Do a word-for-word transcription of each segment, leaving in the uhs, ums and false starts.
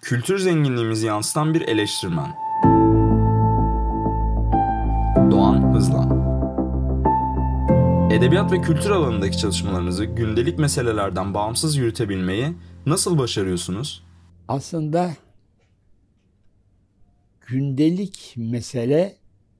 Kültür zenginliğimizi yansıtan bir eleştirmen. Doğan Hızlan. Edebiyat ve kültür alanındaki çalışmalarınızı gündelik meselelerden bağımsız yürütebilmeyi nasıl başarıyorsunuz? Aslında gündelik mesele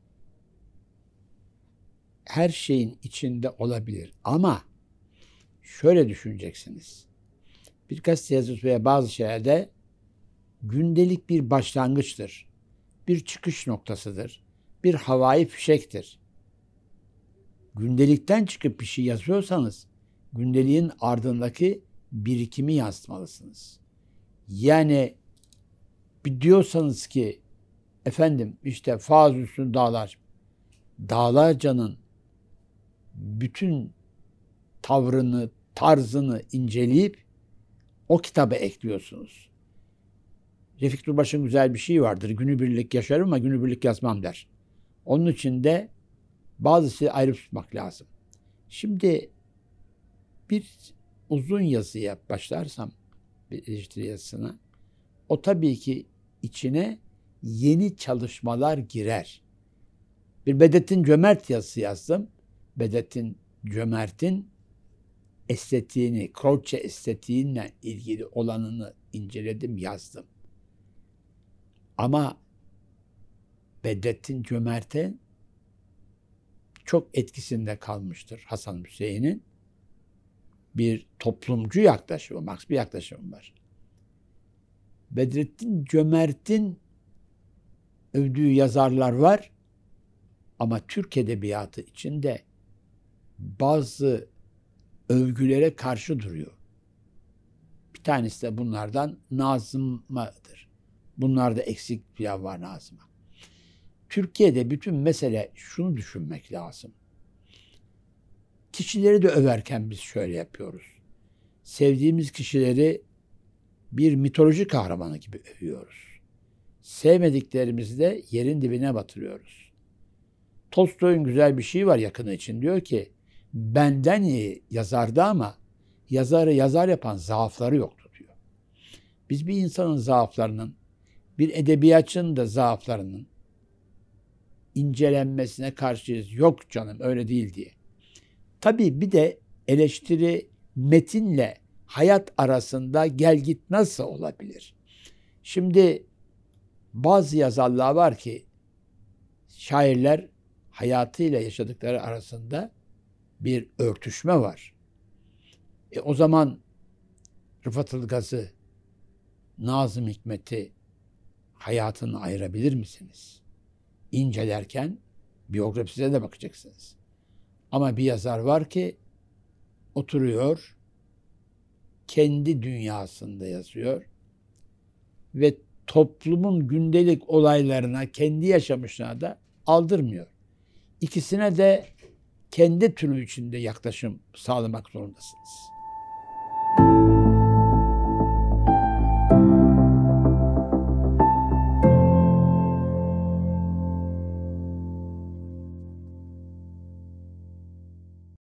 her şeyin içinde olabilir. Ama şöyle düşüneceksiniz. Bir gazete yazısı veya bazı şeylerde gündelik bir başlangıçtır. Bir çıkış noktasıdır. Bir havai fişektir. Gündelikten çıkıp bir şey yazıyorsanız gündeliğin ardındaki birikimi yansıtmalısınız. Yani bir diyorsanız ki efendim işte Fazıl'sün Dağlar. Dağlarca'nın bütün tavrını, tarzını inceleyip o kitaba ekliyorsunuz. Refik Durbaş'ın güzel bir şeyi vardır. Günübirlik yaşarım ama günübirlik yazmam der. Onun için de bazı şeyi ayrı tutmak lazım. Şimdi bir uzun yazıya başlarsam bir eleştiri yazısına o tabii ki içine yeni çalışmalar girer. Bir Bedrettin Cömert yazısı yazdım. Bedrettin Cömert'in estetiğini, Croce estetiğinle ilgili olanını inceledim, yazdım. Ama Bedrettin Cömert'e çok etkisinde kalmıştır Hasan Hüseyin'in bir toplumcu yaklaşımı, Marx bir yaklaşımı var. Bedrettin Cömert'in övdüğü yazarlar var ama Türk edebiyatı içinde bazı övgülere karşı duruyor. Bir tanesi de bunlardan Nazım'adır. Bunlarda eksik bir yer var Nazım'a. Türkiye'de bütün mesele şunu düşünmek lazım. Kişileri de överken biz şöyle yapıyoruz. Sevdiğimiz kişileri bir mitoloji kahramanı gibi övüyoruz. Sevmediklerimizi de yerin dibine batırıyoruz. Tolstoy'un güzel bir şeyi var yakını için. Diyor ki benden iyi yazardı ama yazarı yazar yapan zaafları yoktu diyor. Biz bir insanın zaaflarının, bir edebiyatçının da zaaflarının incelenmesine karşıyız. Yok canım öyle değil diye. Tabii bir de eleştiri metinle hayat arasında gelgit nasıl olabilir? Şimdi bazı yazarlar var ki şairler hayatıyla yaşadıkları arasında bir örtüşme var. E o zaman Rıfat Ilgaz'ı, Nazım Hikmet'i hayatını ayırabilir misiniz? İncelerken biyografisine de bakacaksınız. Ama bir yazar var ki oturuyor, kendi dünyasında yazıyor ve toplumun gündelik olaylarına, kendi yaşamışlarına da aldırmıyor. İkisine de kendi türü içinde yaklaşım sağlamak zorundasınız.